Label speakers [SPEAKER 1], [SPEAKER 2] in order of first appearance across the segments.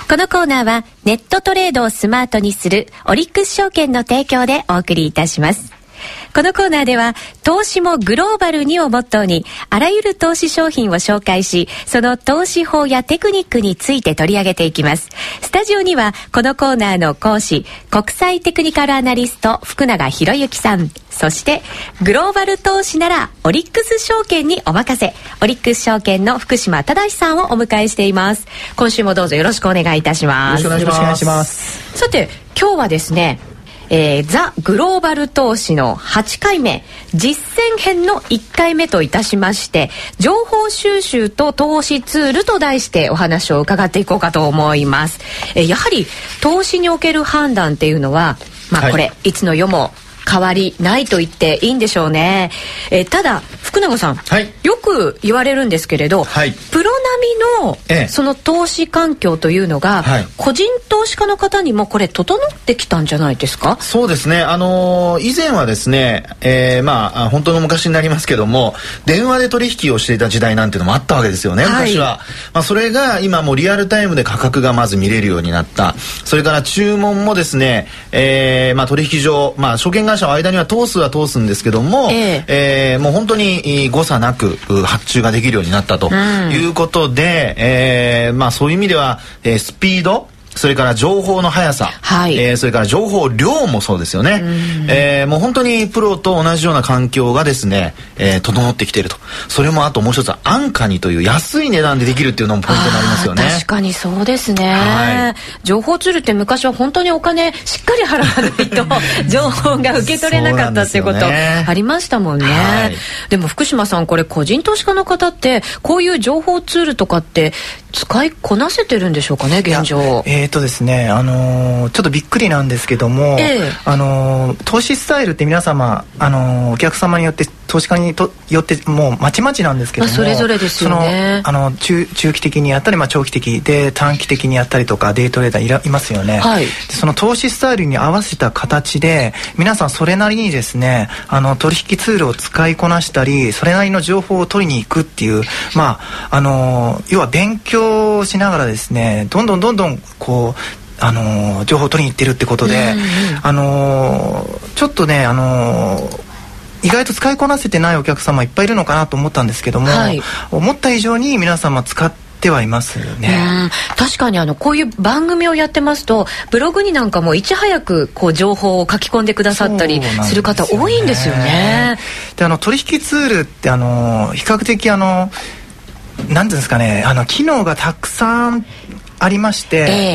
[SPEAKER 1] このコーナーはネットトレードをスマートにするオリックス証券の提供でお送りいたします。このコーナーでは投資もグローバルにをモットーにあらゆる投資商品を紹介し、その投資法やテクニックについて取り上げていきます。スタジオにはこのコーナーの講師、国際テクニカルアナリスト福永博之さん、そしてグローバル投資ならオリックス証券にお任せ、オリックス証券の福島正さんをお迎えしています。今週もどうぞよろしくお願いいたします。
[SPEAKER 2] よろしくお願いします。
[SPEAKER 1] さて今日はですね、ザ・グローバル投資の8回目実践編の1回目といたしまして、情報収集と投資ツールと題してお話を伺っていこうかと思います。やはり投資における判断っていうのは、これいつの世も変わりないと言っていいんでしょうね。ただ福永さん、よく言われるんですけれど、プロ並みのその投資環境というのが、個人投資家の方にもこれ整ってきたんじゃないですか？
[SPEAKER 2] そうですね、以前はですね、本当の昔になりますけども、電話で取引をしていた時代なんていうのもあったわけですよね、昔は。それが今もうリアルタイムで価格がまず見れるようになった。それから注文もですね、取引所、証券会社の間には通すんですけども、もう本当に誤差なく発注ができるようになったということで、そういう意味では、スピード、それから情報の速さ、それから情報量もそうですよね。もう本当にプロと同じような環境がですね、整ってきていると。それもあともう一つは安価にという安い値段でできるっていうのもポイントになりますよね。
[SPEAKER 1] 確かにそうですね、情報ツールって昔は本当にお金しっかり払わないと情報が受け取れなかったっていうことありましたもんね。でも福島さん、これ個人投資家の方ってこういう情報ツールとかって使いこなせてるんでしょうかね、現状。
[SPEAKER 3] ですね、ちょっとびっくりなんですけども、投資スタイルって皆様、お客様によって投資家によってもうまちまちなんですけども、
[SPEAKER 1] それぞれですよね。
[SPEAKER 3] 中期的にやったり、長期的で短期的にやったりとか、デイトレーダーいますよね。でその投資スタイルに合わせた形で皆さんそれなりにですね、取引ツールを使いこなしたり、それなりの情報を取りに行くっていう、要は勉強しながらですね、どんどんこう情報を取りに行ってるってことで、ちょっとね、意外と使いこなせてないお客様いっぱいいるのかなと思ったんですけども、思った以上に皆様使ってはいますね。
[SPEAKER 1] 確かにこういう番組をやってますと、ブログになんかもいち早くこう情報を書き込んでくださったりする方多いんですよね。
[SPEAKER 3] で取引ツールって比較的なんていうんですかね、機能がたくさんありまして、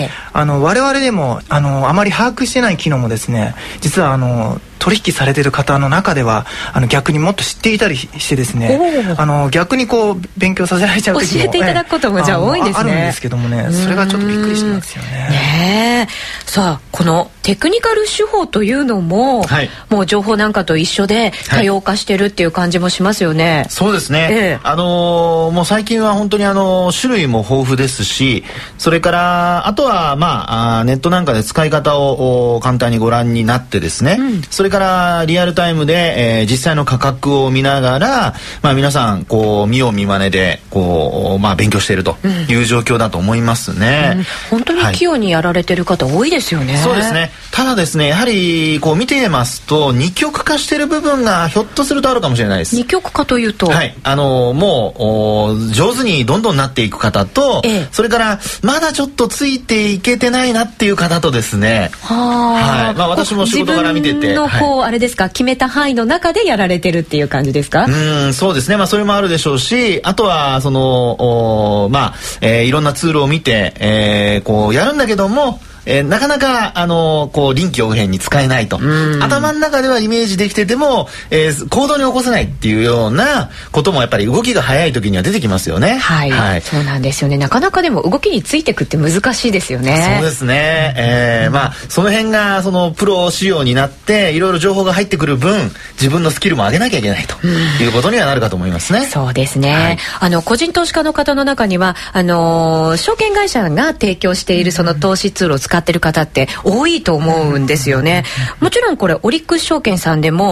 [SPEAKER 3] 我々でもあまり把握してない機能もですね、実は取引されている方の中では逆にもっと知っていたりしてですね、逆にこう勉強させられちゃう時も
[SPEAKER 1] 教えていただくこともじゃあ多いんですね。
[SPEAKER 3] あるんですけどもね、それがちょっとびっくりしてますよね。
[SPEAKER 1] さあこのテクニカル手法というのも、もう情報なんかと一緒で多様化してるっていう感じもしますよね。
[SPEAKER 2] そうですね、もう最近は本当に種類も豊富ですし、それからあとはネットなんかで使い方を簡単にご覧になってですね、それからリアルタイムで、実際の価格を見ながら、皆さんこう見よう見まねでこう、勉強しているという状況だと思いますね。
[SPEAKER 1] 本当に器用にやられてる方多いですよね。
[SPEAKER 2] そうですね。ただですね、やはりこう見ていますと二極化している部分がひょっとするとあるかもしれないです。
[SPEAKER 1] 二極化というと、
[SPEAKER 2] もう上手にどんどんなっていく方と、それからまだちょっとついていけてないなっていう方とですね。私も仕事から見てて、
[SPEAKER 1] 自分のあれですか、決めた範囲の中でやられてるっていう感じですか？
[SPEAKER 2] そうですね。それもあるでしょうし、あとはそのいろんなツールを見て、こうやるんだけども、なかなかこう臨機応変に使えないと、頭の中ではイメージできてても、行動に起こせないっていうようなこともやっぱり動きが早い時には出てきますよね。
[SPEAKER 1] そうなんですよね。なかなかでも動きについていくって難しいですよね。
[SPEAKER 2] そうですね。その辺がそのプロ仕様になっていろいろ情報が入ってくる分、自分のスキルも上げなきゃいけないということにはなるかと思いますね。
[SPEAKER 1] そうですね。個人投資家の方の中には証券会社が提供しているその投資ツールを使ってる方って多いと思うんですよね。もちろんこれオリックス証券さんでも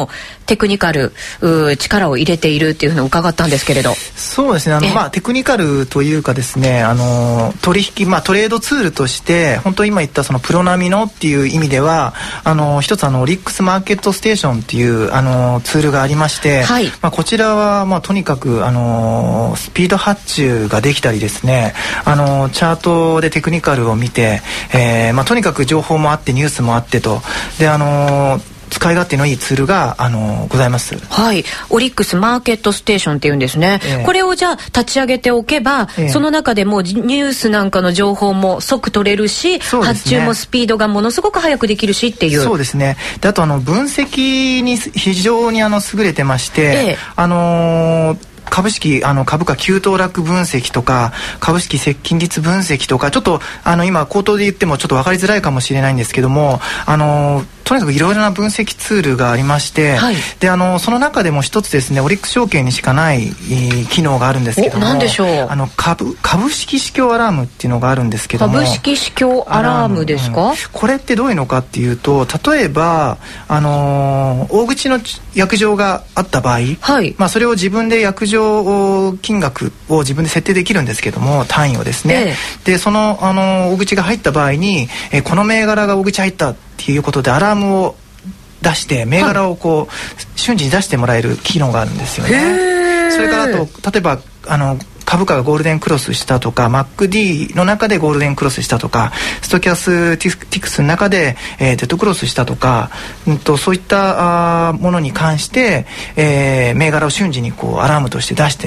[SPEAKER 1] テクニカル力を入れているっていうふうに伺ったんですけれど。
[SPEAKER 3] そうですね、テクニカルというかですね、取引、トレードツールとして本当今言ったそのプロ並みのっていう意味では一つオリックスマーケットステーションっていうツールがありまして、はい、こちらはとにかくスピード発注ができたりですね、チャートでテクニカルを見て、とにかく情報もあってニュースもあってとで使い勝手のいいツールがございます。
[SPEAKER 1] はい、オリックスマーケットステーションっていうんですね、これをじゃあ立ち上げておけば、その中でもニュースなんかの情報も即取れるし、発注もスピードがものすごく早くできるしっていう。
[SPEAKER 3] そうですね。であと分析に非常に優れてまして、株式株価急騰落分析とか株式接近率分析とかちょっと今口頭で言ってもちょっと分かりづらいかもしれないんですけどもとにかくいろいろな分析ツールがありまして、はい、でその中でも一つですねオリックス証券にしかない機能があるんですけども、
[SPEAKER 1] 何でしょう。
[SPEAKER 3] 株式指標アラームっていうのがあるんですけども、
[SPEAKER 1] 株式指標アラームですか？
[SPEAKER 3] これってどういうのかっていうと、例えば大口の約定があった場合、はい、それを自分で約定金額を自分で設定できるんですけども、単位をですね、でその大口が入った場合に、この銘柄が大口入ったっていうことでアラームを出して銘柄を瞬時に出してもらえる機能があるんですよね。それからあと例えば株価がゴールデンクロスしたとか MACD の中でゴールデンクロスしたとかストキャスティクスの中で、デッドクロスしたとか、そういったものに関して、銘柄を瞬時にアラームとして出して、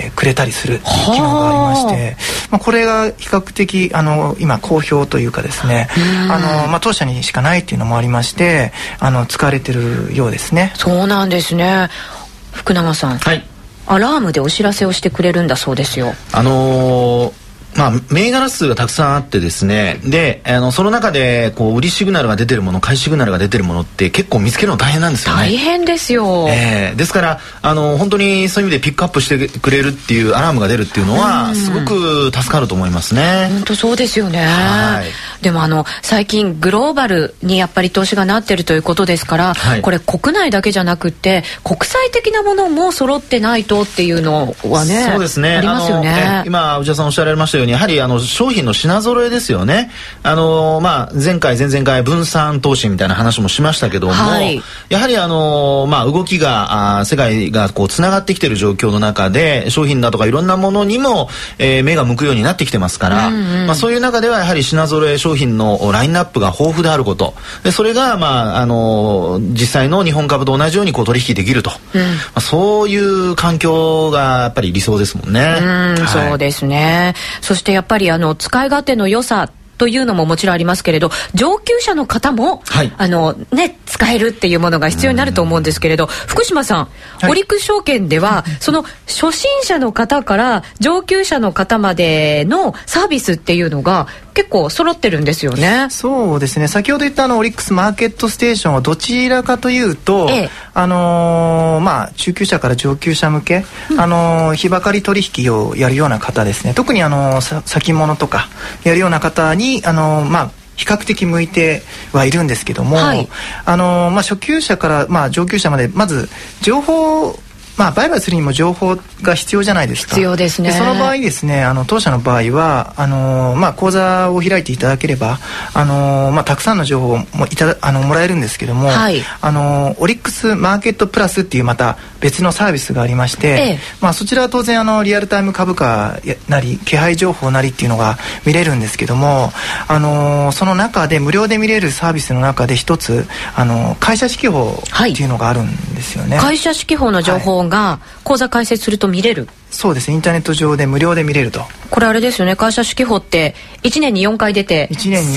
[SPEAKER 3] くれたりする機能がありまして、これが比較的今好評というかですね、当社にしかないっていうのもありまして使われてるようですね。
[SPEAKER 1] そうなんですね。福永さん、はい、アラームでお知らせをしてくれるんだそうですよ。
[SPEAKER 2] 銘柄数がたくさんあってですね、でその中で売りシグナルが出てるもの、買いシグナルが出てるものって結構見つけるの大変なんですよね。
[SPEAKER 1] 大変ですよ。
[SPEAKER 2] ですから本当にそういう意味でピックアップしてくれるっていうアラームが出るっていうのはすごく助かると思いますね。
[SPEAKER 1] 本当そうですよね。はい、でも最近グローバルにやっぱり投資がなってるということですから、はい、これ国内だけじゃなくって国際的なものも揃ってないとっていうのはね、
[SPEAKER 2] そうですね、
[SPEAKER 1] ありますよね。
[SPEAKER 2] 今内田さんおっしゃられましたようにやはり商品の品揃えですよね。前回前々回分散投資みたいな話もしましたけども、はい、やはり動きが世界がつながってきている状況の中で商品だとかいろんなものにも、目が向くようになってきてますから、そういう中ではやはり品揃え商品のラインナップが豊富であることで、それが実際の日本株と同じように取引できると、そういう環境がやっぱり理想ですもんね。
[SPEAKER 1] はい、そうですね。そしてやっぱり使い勝手の良さというのももちろんありますけれど、上級者の方も、はい、使えるっていうものが必要になると思うんですけれど、福島さん、はい、オリックス証券ではその初心者の方から上級者の方までのサービスっていうのが結構揃ってるんですよね。
[SPEAKER 3] そうですね。先ほど言ったオリックスマーケットステーションはどちらかというと、中級者から上級者向け、日ばかり取引をやるような方ですね。特に先物とかやるような方に比較的向いてはいるんですけども、はい、初級者から上級者までまず情報売買するにも情報が必要じゃないですか。
[SPEAKER 1] 必要ですね。
[SPEAKER 3] でその場合ですね、当社の場合は講座を開いていただければたくさんの情報をもらえるんですけども、はい、オリックスマーケットプラスっていうまた別のサービスがありまして、そちらは当然リアルタイム株価なり気配情報なりっていうのが見れるんですけども、その中で無料で見れるサービスの中で一つ会社指揮法っていうのがあるんですよね。
[SPEAKER 1] 会社指揮法の情報が口座開設すると見れる。
[SPEAKER 3] そうですね。インターネット上で無料で見れると。
[SPEAKER 1] これあれですよね。会社指揮法って1年に4回出て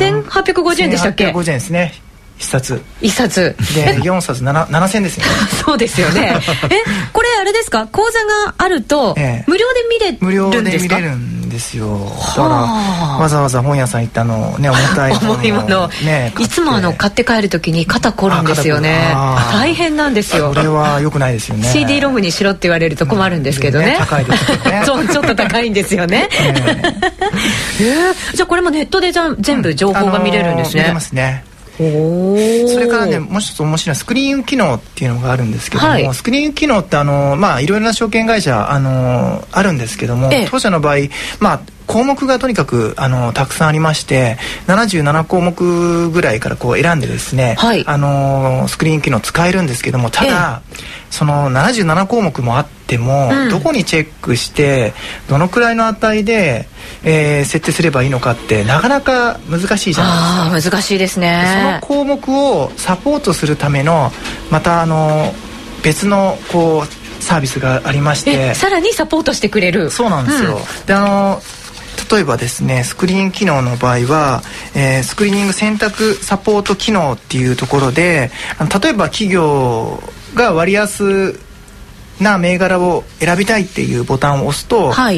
[SPEAKER 1] 1850円でしたっけ
[SPEAKER 3] ？1850円ですね。1冊
[SPEAKER 1] で
[SPEAKER 3] 4冊7000ですよね。
[SPEAKER 1] そうですよね。これあれですか、講座があると無料で見れるんですか？無料で見れるんです
[SPEAKER 3] よ。だからわざわざ本屋さん行った重たい
[SPEAKER 1] 重いもの、いつも買って帰る時に肩凝るんですよね。大変なんですよ。
[SPEAKER 3] それは良くないですよね。
[SPEAKER 1] CD ロムにしろって言われると困るんですけどね。
[SPEAKER 3] 高いですよね。
[SPEAKER 1] そう、ちょっと高いんですよね。じゃあこれもネットで全部情報が見れるんですね。
[SPEAKER 3] 見れますね。 それからね、もう一つ面白いスクリーン機能っていうのがあるんですけども、はい、スクリーン機能っていろいろな証券会社あるんですけども、当社の場合項目がとにかくたくさんありまして、77項目ぐらいからこう選んでですね、はい、スクリーン機能使えるんですけども、ただ、その77項目もあっても、どこにチェックしてどのくらいの値で、設定すればいいのかってなかなか難しいじゃないですか。
[SPEAKER 1] 難しいですね。
[SPEAKER 3] その項目をサポートするためのまた別のこうサービスがありまして、
[SPEAKER 1] さらにサポートしてくれる。
[SPEAKER 3] そうなんですよ、で例えばですね、スクリーン機能の場合は、スクリーニング選択サポート機能っていうところで、例えば企業が割安な銘柄を選びたいっていうボタンを押すと、はい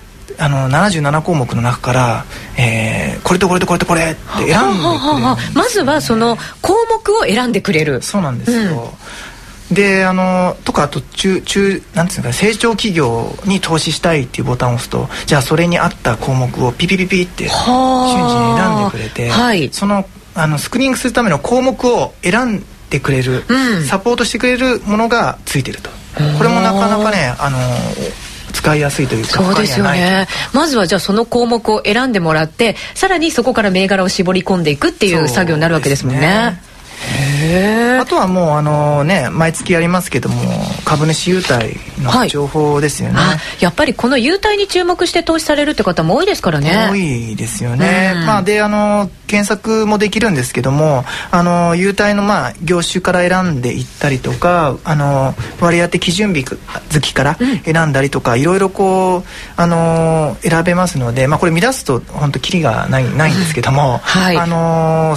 [SPEAKER 3] 、77項目の中から、これとこれとこれとこれって選んでくれる。
[SPEAKER 1] まずはその項目を選んでくれる。
[SPEAKER 3] そうなんですよ、でとかあとなんていうんですか、成長企業に投資したいっていうボタンを押すと、じゃあそれに合った項目をピピピピって瞬時に選んでくれて、はい、そのスクリーニングするための項目を選んでくれる、サポートしてくれるものがついてると。これもなかなかね使いやすいというか。
[SPEAKER 1] そうですよね。まずはじゃあその項目を選んでもらって、さらにそこから銘柄を絞り込んでいくっていう作業になるわけですもんね。
[SPEAKER 3] あとはもう毎月やりますけども、株主優待の情報ですよね、はい、
[SPEAKER 1] やっぱりこの優待に注目して投資されるって方も多いですからね。
[SPEAKER 3] 多いですよね、で検索もできるんですけども、優待の業種から選んでいったりとか、割当基準日月から選んだりとか、いろいろこう選べますので、これ見出すと本当キリがないんですけども、はい、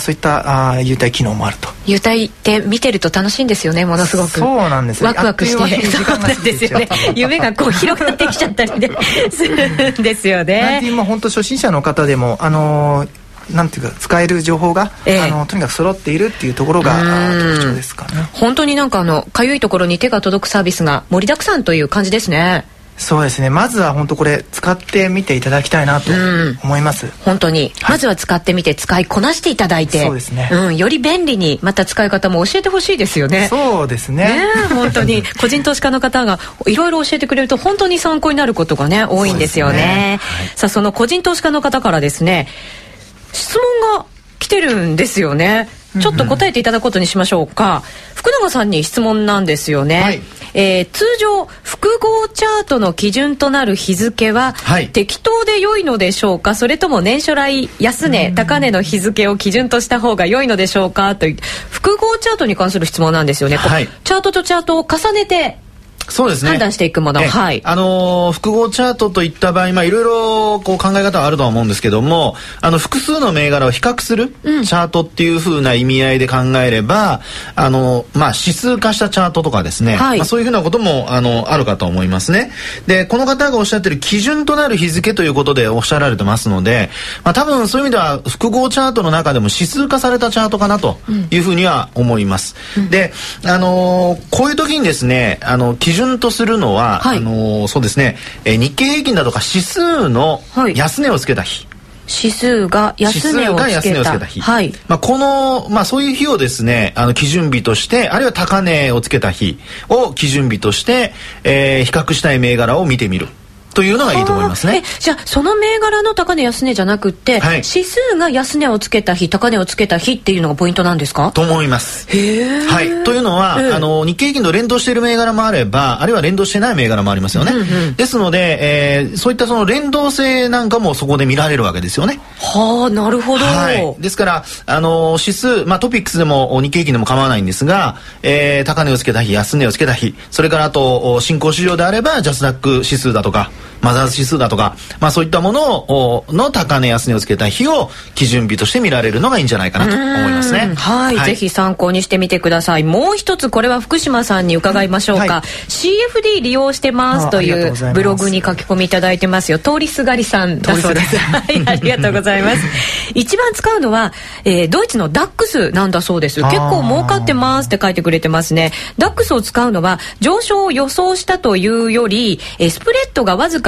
[SPEAKER 3] そういった優待機能もあると。
[SPEAKER 1] 優待って見てると楽しいんですよね、ものすごく。
[SPEAKER 3] そうなんですよ、
[SPEAKER 1] ワクワクして。そうなんですよね。夢がこう広がってきちゃったりするんですよね。
[SPEAKER 3] 今本当初心者の方でもなんていうか使える情報が、とにかく揃っているっていうところが特徴ですかね。
[SPEAKER 1] 本当になんかかゆいところに手が届くサービスが盛りだくさんという感じですね。
[SPEAKER 3] そうですね。まずは本当これ使ってみていただきたいなと思います。
[SPEAKER 1] 本当に、はい、まずは使ってみて使いこなしていただいて、
[SPEAKER 3] そうですね、
[SPEAKER 1] より便利に、また使い方も教えてほしいですよね。
[SPEAKER 3] そうですね。
[SPEAKER 1] 本当に個人投資家の方がいろいろ教えてくれると本当に参考になることがね多いんですよね。はい、さあその個人投資家の方からですね、質問が来てるんですよね。ちょっと答えていただくことにしましょうか。福永さんに質問なんですよね。はい、通常複合チャートの基準となる日付は、適当で良いのでしょうか、それとも年初来安値高値の日付を基準とした方が良いのでしょうかという複合チャートに関する質問なんですよね。はい、チャートとチャートを重ねて
[SPEAKER 2] そうですね、
[SPEAKER 1] 判断していくもの、はい、
[SPEAKER 2] 複合チャートといった場合、いろいろこう考え方はあるとは思うんですけども、複数の銘柄を比較するチャートっていう風な意味合いで考えれば、指数化したチャートとかですね、はい、そういう風なこともあるかと思いますね。でこの方がおっしゃってる基準となる日付ということでおっしゃられてますので、多分そういう意味では複合チャートの中でも指数化されたチャートかなという風には思います。でこういう時にですね、基準とするのは、はい、そうですね、日経平均だとか指数の安値をつけた日、
[SPEAKER 1] 指数が安値をつけた日、はい、
[SPEAKER 2] この、そういう日をですね基準日として、あるいは高値をつけた日を基準日として、比較したい銘柄を見てみるというのがいいと思いますね。
[SPEAKER 1] じゃあその銘柄の高値安値じゃなくって、はい、指数が安値をつけた日高値をつけた日っていうのがポイントなんですか
[SPEAKER 2] と思います。はい、というのは、日経平均と連動している銘柄もあれば、あるいは連動してない銘柄もありますよね。ですので、そういったその連動性なんかもそこで見られるわけですよね。
[SPEAKER 1] はあ、なるほど。
[SPEAKER 2] はい、ですから指数、トピックスでも日経平均でも構わないんですが、高値をつけた日安値をつけた日、それからあと新興市場であればジャスダック指数だとかマザーズ指数だとか、そういったものの高値安値をつけた日を基準日として見られるのがいいんじゃないかなと思いますね。
[SPEAKER 1] はい、ぜひ参考にしてみてください。もう一つ、これは福島さんに伺いましょうか。はい、CFD 利用してますというブログに書き込みいただいてますよ。通りすがりさんだそうです。はい、ありがとうございます。一番使うのは、ドイツのダックスなんだそうです。結構儲かってますって書いてくれてますね。ダックスを使うのは上昇を予想したというより、スプレッドがわずか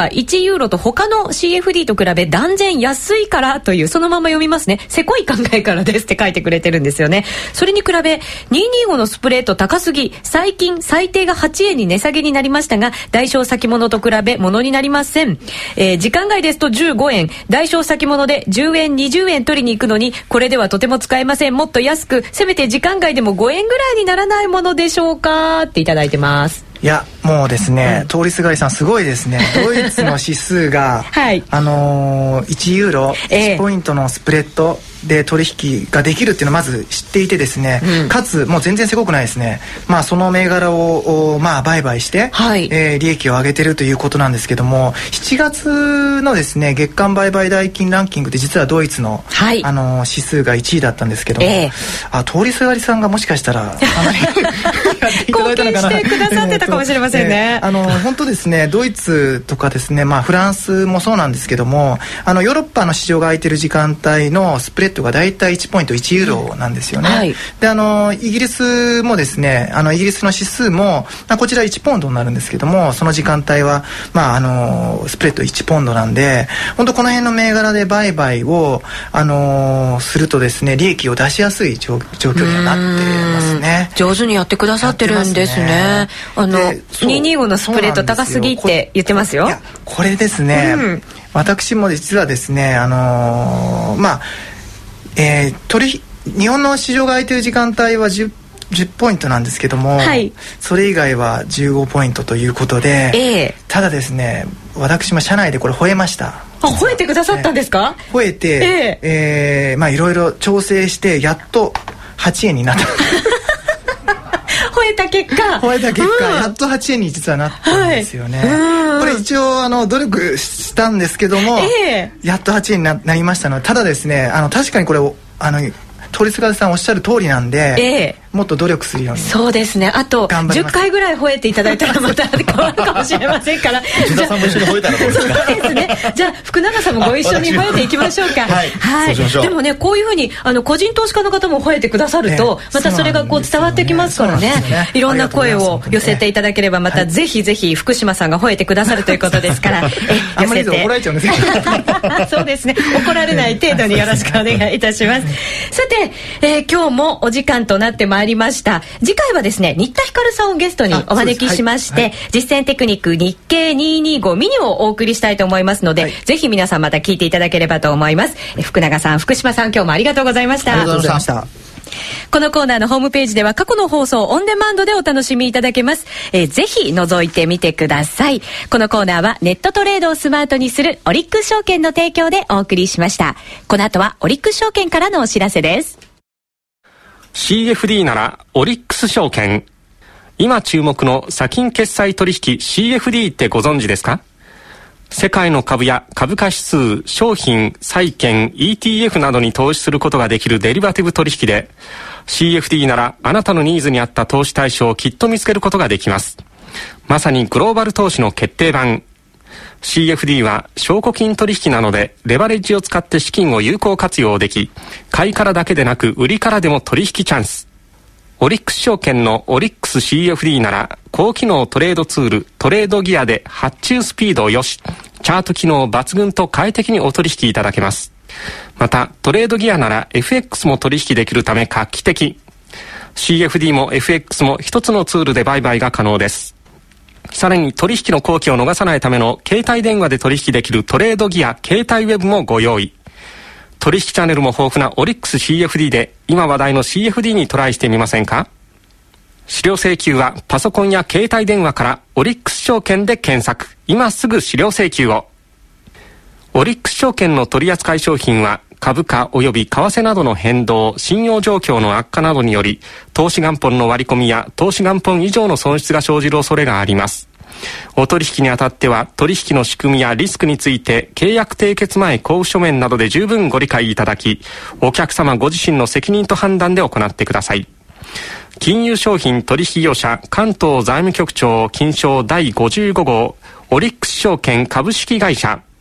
[SPEAKER 1] 価1ユーロと他の CFD と比べ断然安いからという、そのまま読みますね。せこい考えからですって書いてくれてるんですよね。それに比べ225のスプレート高すぎ、最近最低が8円に値下げになりましたが、代償先物と比べ物になりません。時間外ですと15円、代償先物で10円20円取りに行くのに、これではとても使えません。もっと安く、せめて時間外でも5円ぐらいにならないものでしょうかっていただいてます。
[SPEAKER 3] いやもうですね、通りすがりさんすごいですね。ドイツの指数が、はい、1ユーロ1ポイントのスプレッドで取引ができるっていうのをまず知っていてですね、かつもう全然せこくないですね。その銘柄を売買して、はい、利益を上げてるということなんですけども、7月のですね月間売買代金ランキングで実はドイツの、はい、指数が1位だったんですけども、通りすがりさんがもしかしたらやっていただいたのかな、
[SPEAKER 1] 貢献してくださってたかもしれませんね。
[SPEAKER 3] 本当ですね、ドイツとかですね、フランスもそうなんですけども、ヨーロッパの市場が空いてる時間帯のスプレッドがだいたい1ポイント1ユーロなんですよね、はい、でイギリスもですね、イギリスの指数も、こちら1ポンドになるんですけども、その時間帯は、スプレッド1ポンドなんで、本当この辺の銘柄で売買を、するとですね、利益を出しやすい状況にはなってますね。
[SPEAKER 1] 上手にやってくださってるんですね。225のスプレート高すぎって言ってますよ。
[SPEAKER 3] いやこれですね、私も実はですね、日本の市場が空いている時間帯は10ポイントなんですけども、はい、それ以外は15ポイントということで、ただですね、私も社内でこれ吠えました。
[SPEAKER 1] 吠えてくださったんですか？
[SPEAKER 3] 吠えて、いろいろ調整してやっと8円になった
[SPEAKER 1] 吠えた結果、
[SPEAKER 3] やっと8円に実はなったんですよね、はい、これ一応努力したんですけども、やっと8円に なりましたので、ただですね、確かにこれ通りすがりさんおっしゃる通りなんで、もっと努力するように。
[SPEAKER 1] そうですね、あと10回ぐらい吠えていただいたらまた変わるかもしれませんから
[SPEAKER 2] 内田さんも一緒に吠えたらどうですか？
[SPEAKER 1] そうですね、じゃあ福永さんもご一緒に吠えていきましょうか。はい、そうしましょう。でもね、こういうふうに個人投資家の方も吠えてくださると、またそれがこう伝わってきますからね、いろんな声を寄せていただければ、またぜひぜひ福島さんが吠えてくださるということですから
[SPEAKER 3] あんまり怒られちゃうんですよ
[SPEAKER 1] そうですね、怒られない程度によろしくお願いいたしますさて、今日もお時間となってまいりました。次回はですね、新田ひかるさんをゲストにお招きしまして、実践テクニック日経225ミニをお送りしたいと思いますので、ぜひ皆さんまた聞いていただければと思います。福永さん、福島さん、今日もありがとうございました。
[SPEAKER 3] ありがとうございました。
[SPEAKER 1] このコーナーのホームページでは過去の放送オンデマンドでお楽しみいただけます。ぜひ覗いてみてください。このコーナーはネットトレードをスマートにするオリックス証券の提供でお送りしました。この後はオリックス証券からのお知らせです。
[SPEAKER 4] CFD ならオリックス証券。今注目の先金決済取引 CFD ってご存知ですか？世界の株や株価指数、商品、債券、ETF などに投資することができるデリバティブ取引で、CFD ならあなたのニーズに合った投資対象をきっと見つけることができます。まさにグローバル投資の決定版。CFD は証拠金取引なので、レバレッジを使って資金を有効活用でき、買いからだけでなく売りからでも取引チャンス。オリックス証券のオリックス CFD なら、高機能トレードツール、トレードギアで発注スピードよし、チャート機能抜群と快適にお取引いただけます。また、トレードギアなら FX も取引できるため画期的。CFD も FX も一つのツールで売買が可能です。さらに取引の好機を逃さないための携帯電話で取引できるトレードギア携帯ウェブもご用意。取引チャンネルも豊富なオリックス CFD で今話題の CFD にトライしてみませんか？資料請求はパソコンや携帯電話からオリックス証券で検索。今すぐ資料請求を。オリックス証券の取扱い商品は株価及び為替などの変動、信用状況の悪化などにより、投資元本の割り込みや投資元本以上の損失が生じる恐れがあります。お取引にあたっては、取引の仕組みやリスクについて、契約締結前交付書面などで十分ご理解いただき、お客様ご自身の責任と判断で行ってください。金融商品取引業者関東財務局長金商第55号オリックス証券株式会社。